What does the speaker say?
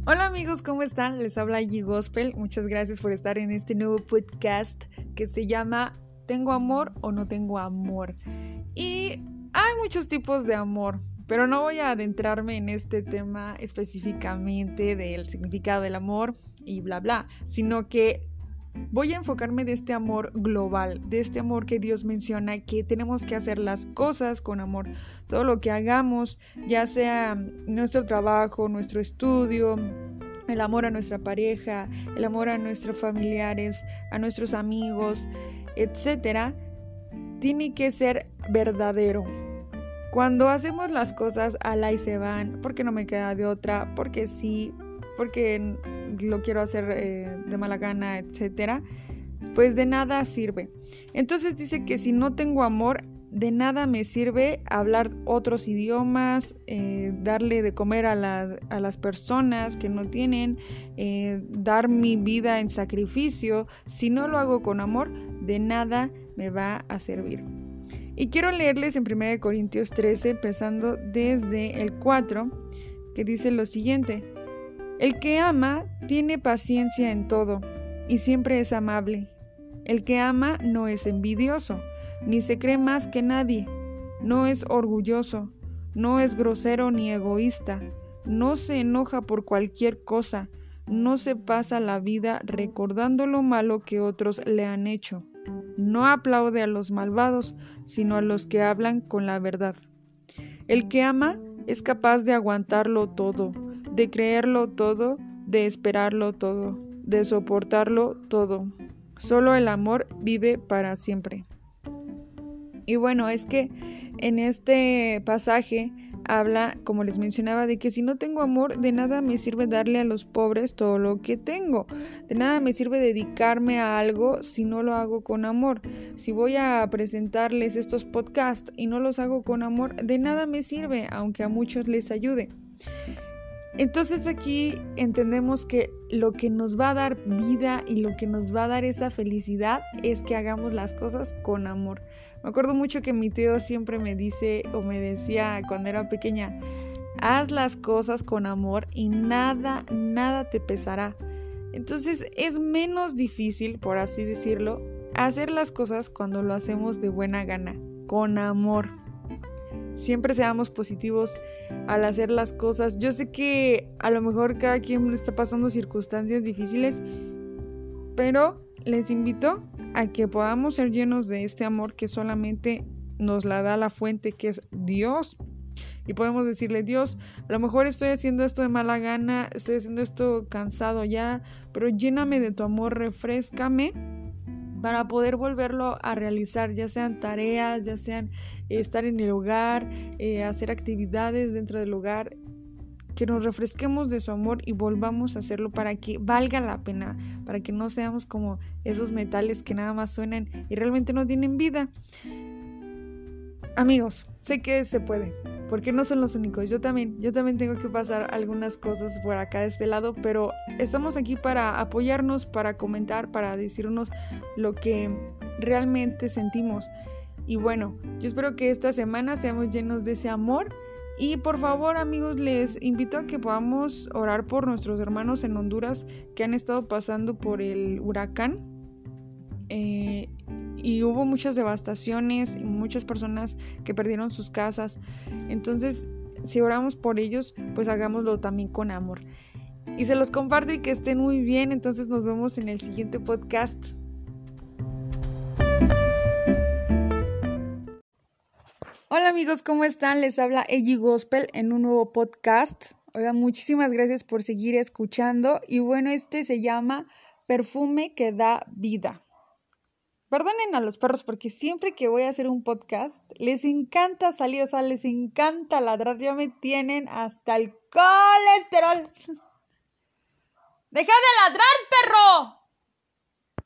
Hola amigos, ¿cómo están? Les habla Iggy Gospel. Muchas gracias por estar en este nuevo podcast que se llama ¿Tengo amor o no tengo amor? Y hay muchos tipos de amor, pero no voy a adentrarme en este tema específicamente del significado del amor y bla bla, sino que voy a enfocarme de este amor global, de este amor que Dios menciona, que tenemos que hacer las cosas con amor. Todo lo que hagamos, ya sea nuestro trabajo, nuestro estudio, el amor a nuestra pareja, el amor a nuestros familiares, a nuestros amigos, etcétera, tiene que ser verdadero. Cuando hacemos las cosas al ahí se van, porque no me queda de otra, porque sí, porque lo quiero hacer de mala gana, etcétera, pues de nada sirve. Entonces dice que si no tengo amor, de nada me sirve hablar otros idiomas, darle de comer a las personas que no tienen, dar mi vida en sacrificio. Si no lo hago con amor, de nada me va a servir. Y quiero leerles en 1 Corintios 13, empezando desde el 4, que dice lo siguiente: el que ama tiene paciencia en todo y siempre es amable. El que ama no es envidioso, ni se cree más que nadie, no es orgulloso, no es grosero ni egoísta, no se enoja por cualquier cosa, no se pasa la vida recordando lo malo que otros le han hecho. No aplaude a los malvados, sino a los que hablan con la verdad. El que ama es capaz de aguantarlo todo, de creerlo todo, de esperarlo todo, de soportarlo todo. Solo el amor vive para siempre. Y bueno, es que en este pasaje habla, como les mencionaba, de que si no tengo amor, de nada me sirve darle a los pobres todo lo que tengo. De nada me sirve dedicarme a algo si no lo hago con amor. Si voy a presentarles estos podcasts y no los hago con amor, de nada me sirve, aunque a muchos les ayude. Entonces aquí entendemos que lo que nos va a dar vida y lo que nos va a dar esa felicidad es que hagamos las cosas con amor. Me acuerdo mucho que mi tío siempre me dice o me decía cuando era pequeña: haz las cosas con amor y nada te pesará. Entonces es menos difícil, por así decirlo, hacer las cosas cuando lo hacemos de buena gana, con amor. Siempre seamos positivos al hacer las cosas. Yo sé que a lo mejor cada quien está pasando circunstancias difíciles, pero les invito a que podamos ser llenos de este amor que solamente nos la da la fuente, que es Dios. Y podemos decirle: Dios, a lo mejor estoy haciendo esto de mala gana, estoy haciendo esto cansado ya, pero lléname de tu amor, refréscame para poder volverlo a realizar, ya sean tareas, ya sean estar en el hogar, hacer actividades dentro del hogar, que nos refresquemos de su amor y volvamos a hacerlo para que valga la pena, para que no seamos como esos metales que nada más suenan y realmente no tienen vida. Amigos, sé que se puede, porque no son los únicos. Yo también tengo que pasar algunas cosas por acá de este lado, pero estamos aquí para apoyarnos, para comentar, para decirnos lo que realmente sentimos. Y bueno, yo espero que esta semana seamos llenos de ese amor. Y por favor, amigos, les invito a que podamos orar por nuestros hermanos en Honduras que han estado pasando por el huracán. Y hubo muchas devastaciones y muchas personas que perdieron sus casas. Entonces, si oramos por ellos, pues hagámoslo también con amor. Y se los comparto y que estén muy bien. Entonces nos vemos en el siguiente podcast. Hola amigos, ¿cómo están? Les habla Iggy Gospel en un nuevo podcast. Oigan, muchísimas gracias por seguir escuchando. Y bueno, este se llama Perfume que da vida. Perdonen a los perros porque siempre que voy a hacer un podcast les encanta salir, o sea, les encanta ladrar. Ya me tienen hasta el colesterol. ¡Deja de ladrar, perro!